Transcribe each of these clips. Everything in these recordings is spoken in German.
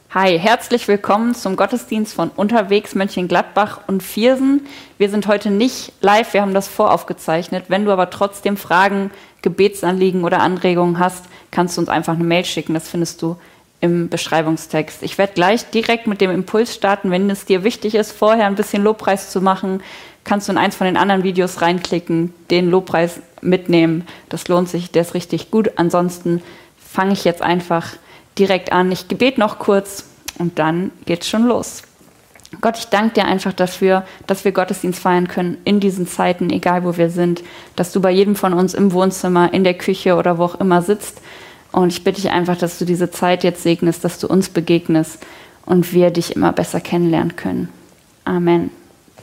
Hi, herzlich willkommen zum Gottesdienst von Unterwegs Mönchengladbach und Viersen. Wir sind heute nicht live, wir haben das voraufgezeichnet. Wenn du aber trotzdem Fragen, Gebetsanliegen oder Anregungen hast, kannst du uns einfach eine Mail schicken. Das findest du im Beschreibungstext. Ich werde gleich direkt mit dem Impuls starten. Wenn es dir wichtig ist, vorher ein bisschen Lobpreis zu machen, kannst du in eins von den anderen Videos reinklicken, den Lobpreis mitnehmen. Das lohnt sich, der ist richtig gut. Ansonsten fange ich jetzt einfach direkt an. Ich bete noch kurz und dann geht's schon los. Gott, ich danke dir einfach dafür, dass wir Gottesdienst feiern können in diesen Zeiten, egal wo wir sind, dass du bei jedem von uns im Wohnzimmer, in der Küche oder wo auch immer sitzt. Und ich bitte dich einfach, dass du diese Zeit jetzt segnest, dass du uns begegnest und wir dich immer besser kennenlernen können. Amen.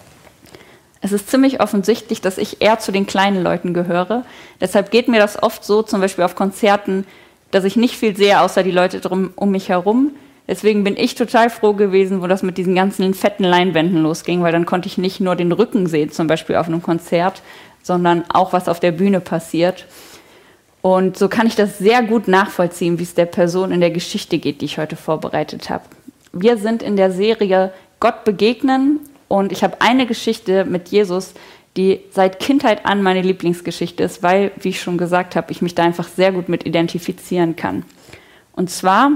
Es ist ziemlich offensichtlich, dass ich eher zu den kleinen Leuten gehöre. Deshalb geht mir das oft so, zum Beispiel auf Konzerten, dass ich nicht viel sehe, außer die Leute um mich herum. Deswegen bin ich total froh gewesen, wo das mit diesen ganzen fetten Leinwänden losging, weil dann konnte ich nicht nur den Rücken sehen, zum Beispiel auf einem Konzert, sondern auch, was auf der Bühne passiert. Und so kann ich das sehr gut nachvollziehen, wie es der Person in der Geschichte geht, die ich heute vorbereitet habe. Wir sind in der Serie Gott begegnen und ich habe eine Geschichte mit Jesus, die seit Kindheit an meine Lieblingsgeschichte ist, weil, wie ich schon gesagt habe, ich mich da einfach sehr gut mit identifizieren kann. Und zwar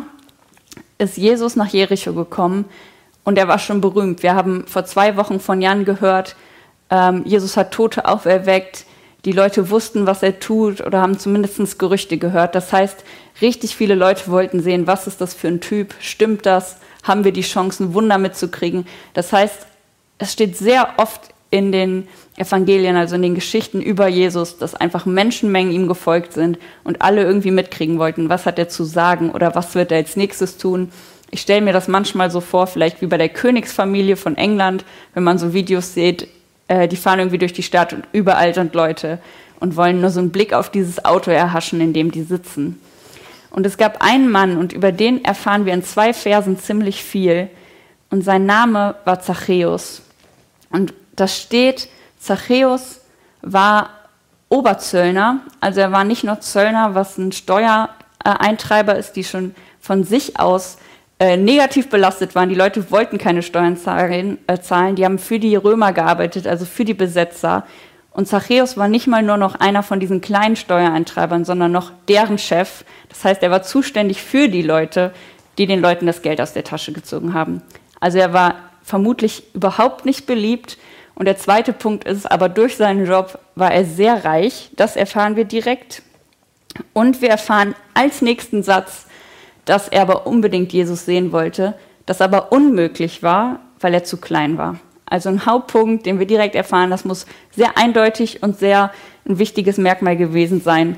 ist Jesus nach Jericho gekommen und er war schon berühmt. Wir haben vor 2 Wochen von Jan gehört, Jesus hat Tote auferweckt, die Leute wussten, was er tut oder haben zumindest Gerüchte gehört. Das heißt, richtig viele Leute wollten sehen, was ist das für ein Typ, stimmt das, haben wir die Chancen, Wunder mitzukriegen. Das heißt, es steht sehr oft in den Evangelien, also in den Geschichten über Jesus, dass einfach Menschenmengen ihm gefolgt sind und alle irgendwie mitkriegen wollten, was hat er zu sagen oder was wird er als nächstes tun. Ich stelle mir das manchmal so vor, vielleicht wie bei der Königsfamilie von England, wenn man so Videos sieht, die fahren irgendwie durch die Stadt und überall sind Leute und wollen nur so einen Blick auf dieses Auto erhaschen, in dem die sitzen. Und es gab einen Mann und über den erfahren wir in 2 Versen ziemlich viel und sein Name war Zachäus. Und das steht, Zachäus war Oberzöllner, also er war nicht nur Zöllner, was ein Steuereintreiber ist, die schon von sich aus negativ belastet waren. Die Leute wollten keine Steuern zahlen, die haben für die Römer gearbeitet, also für die Besetzer. Und Zachäus war nicht mal nur noch einer von diesen kleinen Steuereintreibern, sondern noch deren Chef. Das heißt, er war zuständig für die Leute, die den Leuten das Geld aus der Tasche gezogen haben. Also er war vermutlich überhaupt nicht beliebt. Und der zweite Punkt ist, aber durch seinen Job war er sehr reich. Das erfahren wir direkt. Und wir erfahren als nächsten Satz, dass er aber unbedingt Jesus sehen wollte, das aber unmöglich war, weil er zu klein war. Also ein Hauptpunkt, den wir direkt erfahren, das muss sehr eindeutig und sehr ein wichtiges Merkmal gewesen sein,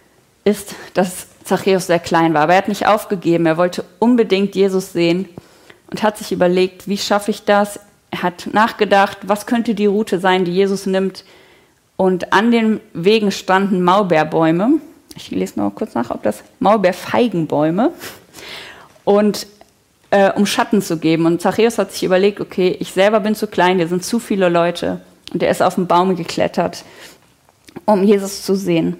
ist, dass Zachäus sehr klein war. Aber er hat nicht aufgegeben, er wollte unbedingt Jesus sehen und hat sich überlegt, wie schaffe ich das? Er hat nachgedacht, was könnte die Route sein, die Jesus nimmt. Und an den Wegen standen Maulbeerbäume. Ich lese noch kurz nach, ob das Maulbeerfeigenbäume. Und um Schatten zu geben. Und Zachäus hat sich überlegt, okay, ich selber bin zu klein, hier sind zu viele Leute. Und er ist auf den Baum geklettert, um Jesus zu sehen.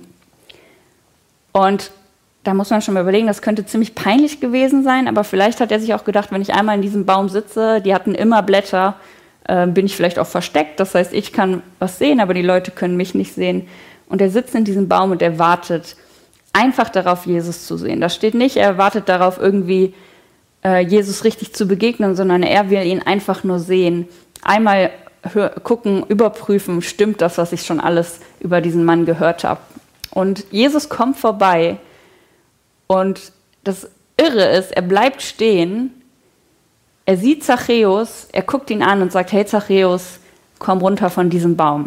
Und da muss man schon mal überlegen, das könnte ziemlich peinlich gewesen sein, aber vielleicht hat er sich auch gedacht, wenn ich einmal in diesem Baum sitze, die hatten immer Blätter, bin ich vielleicht auch versteckt. Das heißt, ich kann was sehen, aber die Leute können mich nicht sehen. Und er sitzt in diesem Baum und er wartet einfach darauf, Jesus zu sehen. Da steht nicht, er wartet darauf, irgendwie Jesus richtig zu begegnen, sondern er will ihn einfach nur sehen. Einmal gucken, überprüfen, stimmt das, was ich schon alles über diesen Mann gehört habe. Und Jesus kommt vorbei und das Irre ist, er bleibt stehen, er sieht Zachäus, er guckt ihn an und sagt, hey Zachäus, komm runter von diesem Baum.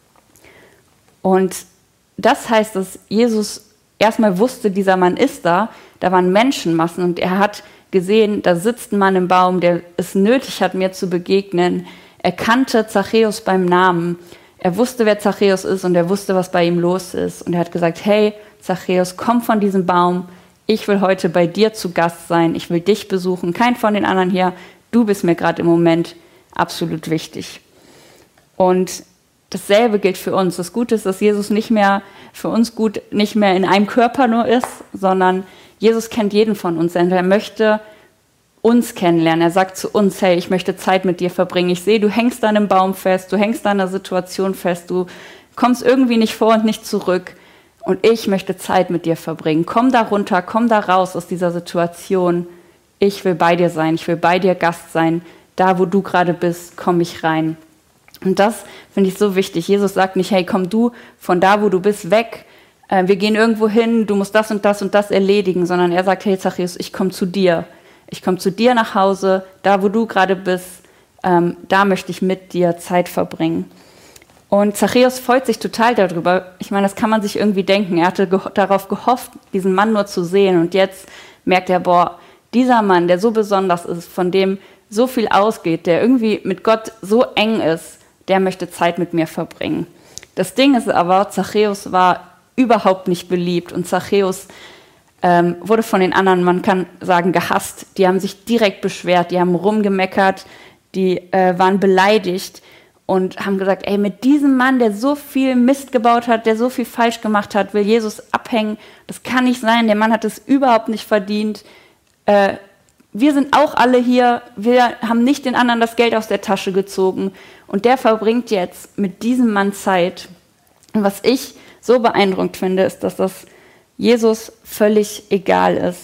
Und das heißt, dass Jesus erstmal wusste, dieser Mann ist da waren Menschenmassen und er hat gesehen, da sitzt ein Mann im Baum, der es nötig hat, mir zu begegnen. Er kannte Zachäus beim Namen, er wusste, wer Zachäus ist und er wusste, was bei ihm los ist. Und er hat gesagt, hey Zachäus, komm von diesem Baum, ich will heute bei dir zu Gast sein, ich will dich besuchen, kein von den anderen hier, du bist mir gerade im Moment absolut wichtig. Und dasselbe gilt für uns. Das Gute ist, dass Jesus nicht mehr für uns gut nicht mehr in einem Körper nur ist, sondern Jesus kennt jeden von uns. Und er möchte uns kennenlernen. Er sagt zu uns, hey, ich möchte Zeit mit dir verbringen. Ich sehe, du hängst an einem Baum fest, du hängst an einer Situation fest, du kommst irgendwie nicht vor und nicht zurück. Und ich möchte Zeit mit dir verbringen. Komm da runter, komm da raus aus dieser Situation. Ich will bei dir sein, ich will bei dir Gast sein. Da, wo du gerade bist, komm ich rein. Und das finde ich so wichtig. Jesus sagt nicht, hey, komm du von da, wo du bist, weg. Wir gehen irgendwo hin, du musst das und das und das erledigen. Sondern er sagt, hey Zachäus, ich komme zu dir. Ich komme zu dir nach Hause, da, wo du gerade bist. Da möchte ich mit dir Zeit verbringen. Und Zachäus freut sich total darüber. Ich meine, das kann man sich irgendwie denken. Er hatte darauf gehofft, diesen Mann nur zu sehen. Und jetzt merkt er, boah, dieser Mann, der so besonders ist, von dem so viel ausgeht, der irgendwie mit Gott so eng ist, der möchte Zeit mit mir verbringen. Das Ding ist aber, Zachäus war überhaupt nicht beliebt. Und Zachäus wurde von den anderen, man kann sagen, gehasst. Die haben sich direkt beschwert, die haben rumgemeckert, die waren beleidigt. Und haben gesagt, ey, mit diesem Mann, der so viel Mist gebaut hat, der so viel falsch gemacht hat, will Jesus abhängen. Das kann nicht sein, der Mann hat es überhaupt nicht verdient. Wir sind auch alle hier, wir haben nicht den anderen das Geld aus der Tasche gezogen. Und der verbringt jetzt mit diesem Mann Zeit. Und was ich so beeindruckend finde, ist, dass das Jesus völlig egal ist.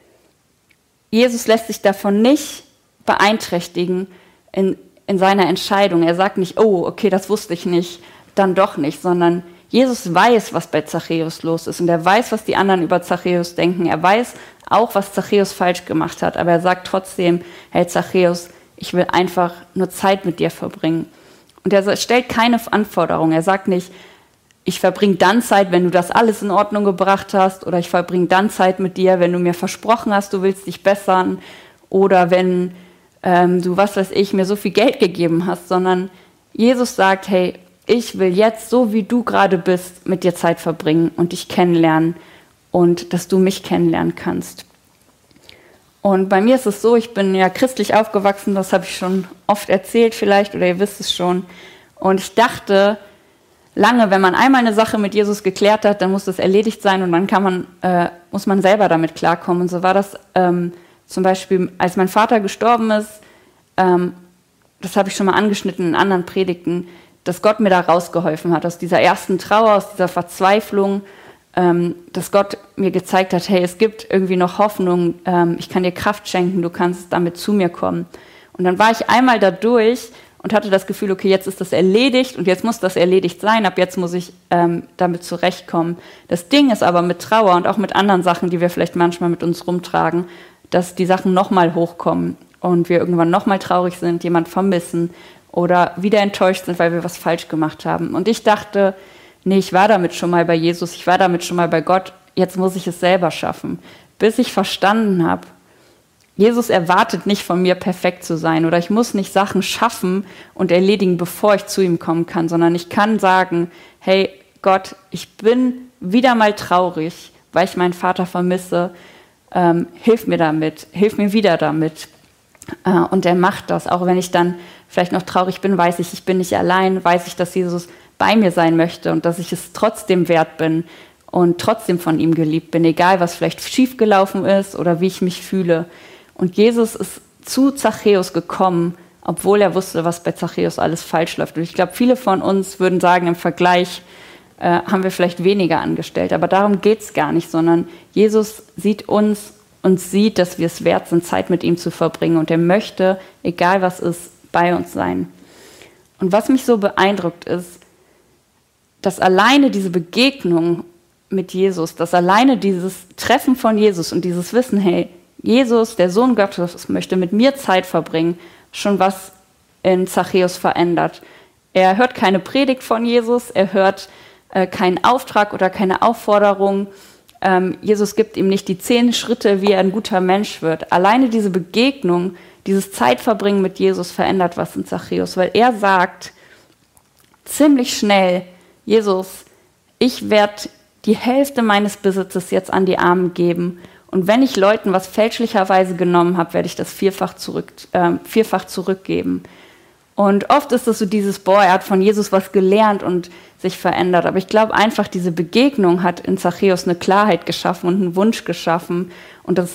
Jesus lässt sich davon nicht beeinträchtigen in seiner Entscheidung. Er sagt nicht, oh, okay, das wusste ich nicht, dann doch nicht, sondern Jesus weiß, was bei Zachäus los ist und er weiß, was die anderen über Zachäus denken. Er weiß auch, was Zachäus falsch gemacht hat, aber er sagt trotzdem, hey Zachäus, ich will einfach nur Zeit mit dir verbringen. Und er stellt keine Anforderung. Er sagt nicht, ich verbringe dann Zeit, wenn du das alles in Ordnung gebracht hast, oder ich verbringe dann Zeit mit dir, wenn du mir versprochen hast, du willst dich bessern, oder wenn du, was weiß ich, mir so viel Geld gegeben hast, sondern Jesus sagt, hey, ich will jetzt, so wie du gerade bist, mit dir Zeit verbringen und dich kennenlernen und dass du mich kennenlernen kannst. Und bei mir ist es so, ich bin ja christlich aufgewachsen, das habe ich schon oft erzählt vielleicht, oder ihr wisst es schon. Und ich dachte lange, wenn man einmal eine Sache mit Jesus geklärt hat, dann muss das erledigt sein und dann muss man selber damit klarkommen. Und so war das zum Beispiel, als mein Vater gestorben ist, das habe ich schon mal angeschnitten in anderen Predigten, dass Gott mir da rausgeholfen hat, aus dieser ersten Trauer, aus dieser Verzweiflung, dass Gott mir gezeigt hat, hey, es gibt irgendwie noch Hoffnung, ich kann dir Kraft schenken, du kannst damit zu mir kommen. Und dann war ich einmal da durch und hatte das Gefühl, okay, jetzt ist das erledigt und jetzt muss das erledigt sein, ab jetzt muss ich damit zurechtkommen. Das Ding ist aber mit Trauer und auch mit anderen Sachen, die wir vielleicht manchmal mit uns rumtragen, dass die Sachen nochmal hochkommen und wir irgendwann nochmal traurig sind, jemand vermissen oder wieder enttäuscht sind, weil wir was falsch gemacht haben. Und ich dachte, nee, ich war damit schon mal bei Jesus, ich war damit schon mal bei Gott, jetzt muss ich es selber schaffen. Bis ich verstanden habe, Jesus erwartet nicht von mir, perfekt zu sein oder ich muss nicht Sachen schaffen und erledigen, bevor ich zu ihm kommen kann, sondern ich kann sagen, hey Gott, ich bin wieder mal traurig, weil ich meinen Vater vermisse, hilf mir damit, hilf mir wieder damit. Und er macht das, auch wenn ich dann vielleicht noch traurig bin, weiß ich bin nicht allein, weiß ich, dass Jesus bei mir sein möchte und dass ich es trotzdem wert bin und trotzdem von ihm geliebt bin, egal was vielleicht schiefgelaufen ist oder wie ich mich fühle. Und Jesus ist zu Zachäus gekommen, obwohl er wusste, was bei Zachäus alles falsch läuft. Und ich glaube, viele von uns würden sagen, im Vergleich haben wir vielleicht weniger angestellt. Aber darum geht es gar nicht, sondern Jesus sieht uns und sieht, dass wir es wert sind, Zeit mit ihm zu verbringen. Und er möchte, egal was ist, bei uns sein. Und was mich so beeindruckt ist, dass alleine diese Begegnung mit Jesus, dass alleine dieses Treffen von Jesus und dieses Wissen, hey, Jesus, der Sohn Gottes, möchte mit mir Zeit verbringen, schon was in Zachäus verändert. Er hört keine Predigt von Jesus, er hört keinen Auftrag oder keine Aufforderung. Jesus gibt ihm nicht die 10 Schritte, wie er ein guter Mensch wird. Alleine diese Begegnung, dieses Zeitverbringen mit Jesus verändert was in Zachäus, weil er sagt ziemlich schnell, Jesus, ich werde die Hälfte meines Besitzes jetzt an die Armen geben und wenn ich Leuten was fälschlicherweise genommen habe, werde ich das vierfach zurückgeben. Und oft ist es so dieses, er hat von Jesus was gelernt und sich verändert. Aber ich glaube einfach, diese Begegnung hat in Zachäus eine Klarheit geschaffen und einen Wunsch geschaffen. Und das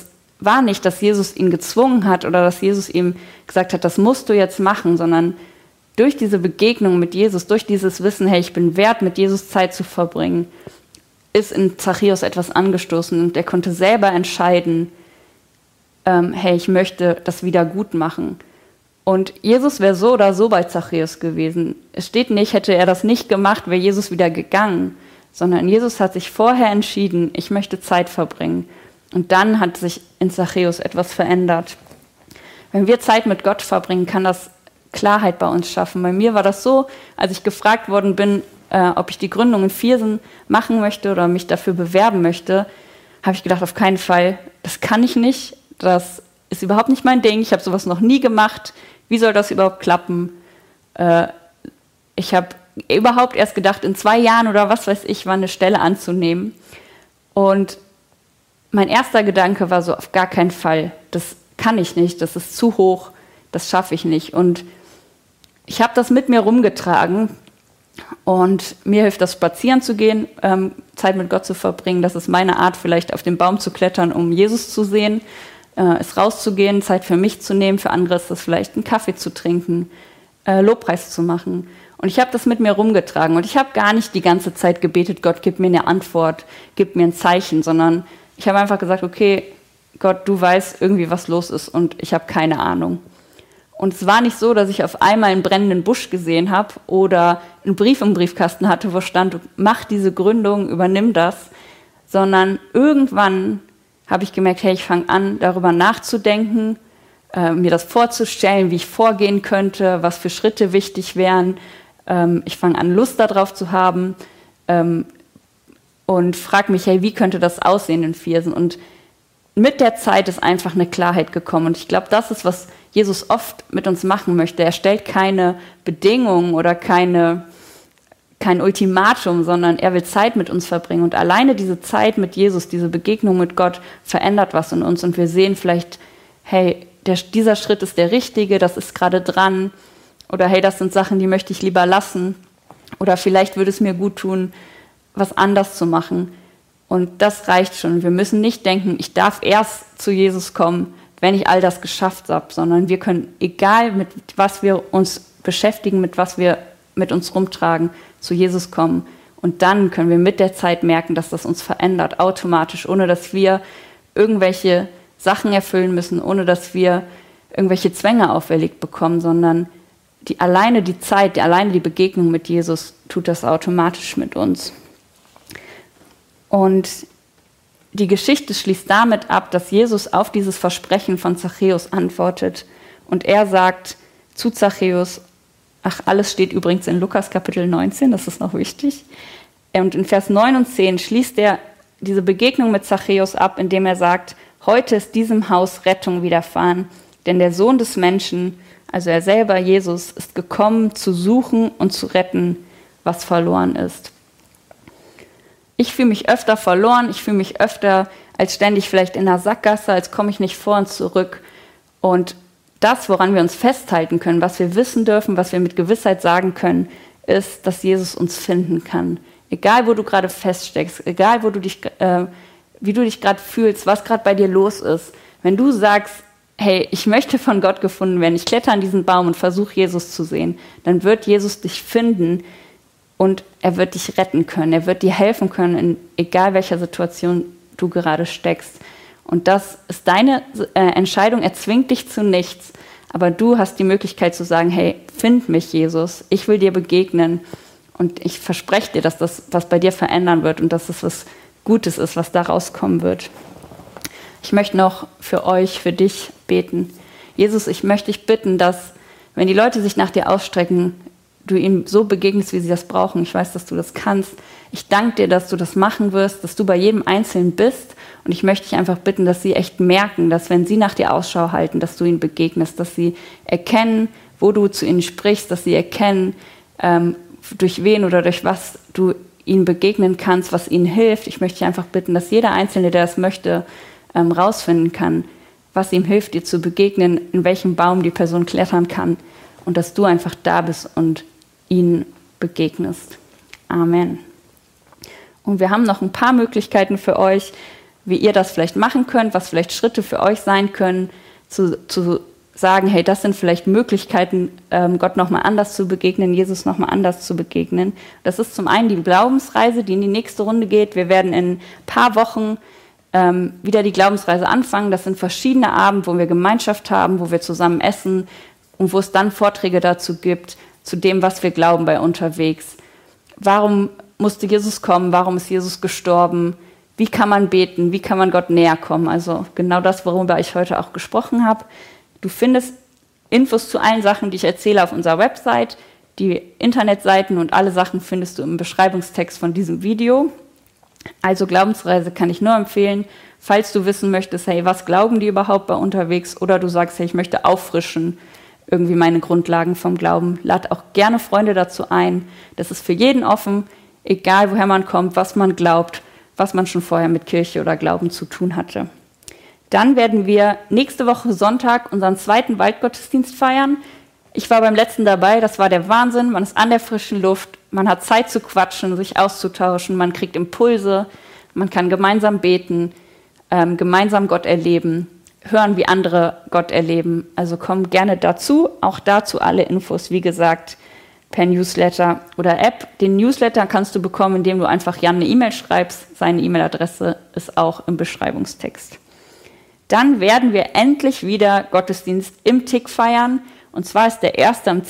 war nicht, dass Jesus ihn gezwungen hat oder dass Jesus ihm gesagt hat, das musst du jetzt machen, sondern durch diese Begegnung mit Jesus, durch dieses Wissen, hey, ich bin wert, mit Jesus Zeit zu verbringen, ist in Zachäus etwas angestoßen und er konnte selber entscheiden, hey, ich möchte das wieder gut machen. Und Jesus wäre so oder so bei Zachäus gewesen. Es steht nicht, hätte er das nicht gemacht, wäre Jesus wieder gegangen, sondern Jesus hat sich vorher entschieden, ich möchte Zeit verbringen. Und dann hat sich in Zachäus etwas verändert. Wenn wir Zeit mit Gott verbringen, kann das Klarheit bei uns schaffen. Bei mir war das so, als ich gefragt worden bin, ob ich die Gründung in Viersen machen möchte oder mich dafür bewerben möchte, habe ich gedacht, auf keinen Fall, das kann ich nicht, das ist überhaupt nicht mein Ding, ich habe sowas noch nie gemacht, wie soll das überhaupt klappen? Ich habe überhaupt erst gedacht, in 2 Jahren oder was weiß ich, wann eine Stelle anzunehmen. Und mein erster Gedanke war so, auf gar keinen Fall, das kann ich nicht, das ist zu hoch, das schaffe ich nicht. Und ich habe das mit mir rumgetragen und mir hilft das, spazieren zu gehen, Zeit mit Gott zu verbringen. Das ist meine Art, vielleicht auf den Baum zu klettern, um Jesus zu sehen, es rauszugehen, Zeit für mich zu nehmen. Für andere ist das vielleicht einen Kaffee zu trinken, Lobpreis zu machen. Und ich habe das mit mir rumgetragen und ich habe gar nicht die ganze Zeit gebetet, Gott, gib mir eine Antwort, gib mir ein Zeichen, sondern ich habe einfach gesagt, okay, Gott, du weißt irgendwie, was los ist und ich habe keine Ahnung. Und es war nicht so, dass ich auf einmal einen brennenden Busch gesehen habe oder einen Brief im Briefkasten hatte, wo stand, mach diese Gründung, übernimm das, sondern irgendwann habe ich gemerkt, hey, ich fange an, darüber nachzudenken, mir das vorzustellen, wie ich vorgehen könnte, was für Schritte wichtig wären. Ich fange an, Lust darauf zu haben und frage mich, hey, wie könnte das aussehen in Viersen? Und mit der Zeit ist einfach eine Klarheit gekommen. Und ich glaube, das ist, was Jesus oft mit uns machen möchte. Er stellt keine Bedingungen oder kein Ultimatum, sondern er will Zeit mit uns verbringen. Und alleine diese Zeit mit Jesus, diese Begegnung mit Gott, verändert was in uns. Und wir sehen vielleicht, hey, dieser Schritt ist der richtige, das ist gerade dran. Oder hey, das sind Sachen, die möchte ich lieber lassen. Oder vielleicht würde es mir gut tun, was anders zu machen. Und das reicht schon. Wir müssen nicht denken, ich darf erst zu Jesus kommen, wenn ich all das geschafft habe, sondern wir können, egal mit was wir uns beschäftigen, mit was wir mit uns rumtragen, zu Jesus kommen. Und dann können wir mit der Zeit merken, dass das uns verändert, automatisch, ohne dass wir irgendwelche Sachen erfüllen müssen, ohne dass wir irgendwelche Zwänge auferlegt bekommen, sondern alleine die Zeit, alleine die Begegnung mit Jesus tut das automatisch mit uns. Und die Geschichte schließt damit ab, dass Jesus auf dieses Versprechen von Zachäus antwortet. Und er sagt zu Zachäus, alles steht übrigens in Lukas Kapitel 19, das ist noch wichtig. Und in Vers 9 und 10 schließt er diese Begegnung mit Zachäus ab, indem er sagt, heute ist diesem Haus Rettung widerfahren, denn der Sohn des Menschen, also er selber, Jesus, ist gekommen, zu suchen und zu retten, was verloren ist. Ich fühle mich öfter verloren, ich fühle mich öfter als ständig vielleicht in einer Sackgasse, als komme ich nicht vor und zurück. Und das, woran wir uns festhalten können, was wir wissen dürfen, was wir mit Gewissheit sagen können, ist, dass Jesus uns finden kann. Egal, wo du gerade feststeckst, egal, wie du dich gerade fühlst, was gerade bei dir los ist. Wenn du sagst, hey, ich möchte von Gott gefunden werden, ich kletter an diesen Baum und versuche Jesus zu sehen, dann wird Jesus dich finden und er wird dich retten können. Er wird dir helfen können, in egal welcher Situation du gerade steckst. Und das ist deine Entscheidung, er zwingt dich zu nichts, aber du hast die Möglichkeit zu sagen, hey, find mich, Jesus, ich will dir begegnen und ich verspreche dir, dass das was bei dir verändern wird und dass es was Gutes ist, was da rauskommen wird. Ich möchte noch für euch, für dich beten. Jesus, ich möchte dich bitten, dass, wenn die Leute sich nach dir ausstrecken, du ihnen so begegnest, wie sie das brauchen. Ich weiß, dass du das kannst. Ich danke dir, dass du das machen wirst, dass du bei jedem Einzelnen bist. Und ich möchte dich einfach bitten, dass sie echt merken, dass wenn sie nach dir Ausschau halten, dass du ihnen begegnest, dass sie erkennen, wo du zu ihnen sprichst, dass sie erkennen, durch wen oder durch was du ihnen begegnen kannst, was ihnen hilft. Ich möchte dich einfach bitten, dass jeder Einzelne, der das möchte, rausfinden kann, was ihm hilft, dir zu begegnen, in welchem Baum die Person klettern kann und dass du einfach da bist und ihnen begegnest. Amen. Und wir haben noch ein paar Möglichkeiten für euch. wie ihr das vielleicht machen könnt, was vielleicht Schritte für euch sein können, zu sagen, hey, das sind vielleicht Möglichkeiten, Gott nochmal anders zu begegnen, Jesus nochmal anders zu begegnen. Das ist zum einen die Glaubensreise, die in die nächste Runde geht. Wir werden in ein paar Wochen wieder die Glaubensreise anfangen. Das sind verschiedene Abende, wo wir Gemeinschaft haben, wo wir zusammen essen und wo es dann Vorträge dazu gibt, zu dem, was wir glauben bei Unterwegs. Warum musste Jesus kommen? Warum ist Jesus gestorben? Wie kann man beten? Wie kann man Gott näher kommen? Also genau das, worüber ich heute auch gesprochen habe. Du findest Infos zu allen Sachen, die ich erzähle, auf unserer Website. Die Internetseiten und alle Sachen findest du im Beschreibungstext von diesem Video. Also Glaubensreise kann ich nur empfehlen, falls du wissen möchtest, hey, was glauben die überhaupt bei Unterwegs? Oder du sagst, hey, ich möchte auffrischen, irgendwie meine Grundlagen vom Glauben. Lad auch gerne Freunde dazu ein. Das ist für jeden offen, egal woher man kommt, was man glaubt, was man schon vorher mit Kirche oder Glauben zu tun hatte. Dann werden wir nächste Woche Sonntag unseren zweiten Waldgottesdienst feiern. Ich war beim letzten dabei, das war der Wahnsinn. Man ist an der frischen Luft, man hat Zeit zu quatschen, sich auszutauschen, man kriegt Impulse, man kann gemeinsam beten, gemeinsam Gott erleben, hören, wie andere Gott erleben. Also komm gerne dazu, auch dazu alle Infos, wie gesagt, per Newsletter oder App. Den Newsletter kannst du bekommen, indem du einfach Jan eine E-Mail schreibst. Seine E-Mail-Adresse ist auch im Beschreibungstext. Dann werden wir endlich wieder Gottesdienst im TIC feiern. Und zwar ist der erste am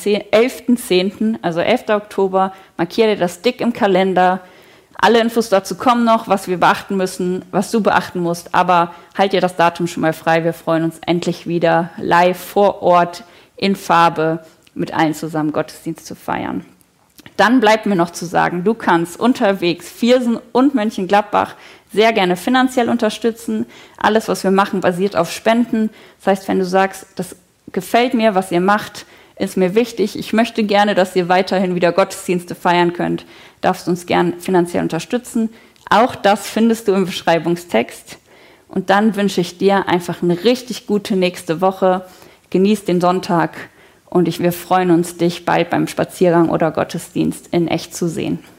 11.10., also 11. Oktober. Markiere dir das dick im Kalender. Alle Infos dazu kommen noch, was wir beachten müssen, was du beachten musst. Aber halt dir das Datum schon mal frei. Wir freuen uns endlich wieder live vor Ort in Farbe mit allen zusammen Gottesdienst zu feiern. Dann bleibt mir noch zu sagen, du kannst Unterwegs Viersen und Mönchengladbach sehr gerne finanziell unterstützen. Alles, was wir machen, basiert auf Spenden. Das heißt, wenn du sagst, das gefällt mir, was ihr macht, ist mir wichtig, ich möchte gerne, dass ihr weiterhin wieder Gottesdienste feiern könnt, darfst uns gern finanziell unterstützen. Auch das findest du im Beschreibungstext. Und dann wünsche ich dir einfach eine richtig gute nächste Woche. Genieß den Sonntag und wir freuen uns, dich bald beim Spaziergang oder Gottesdienst in echt zu sehen.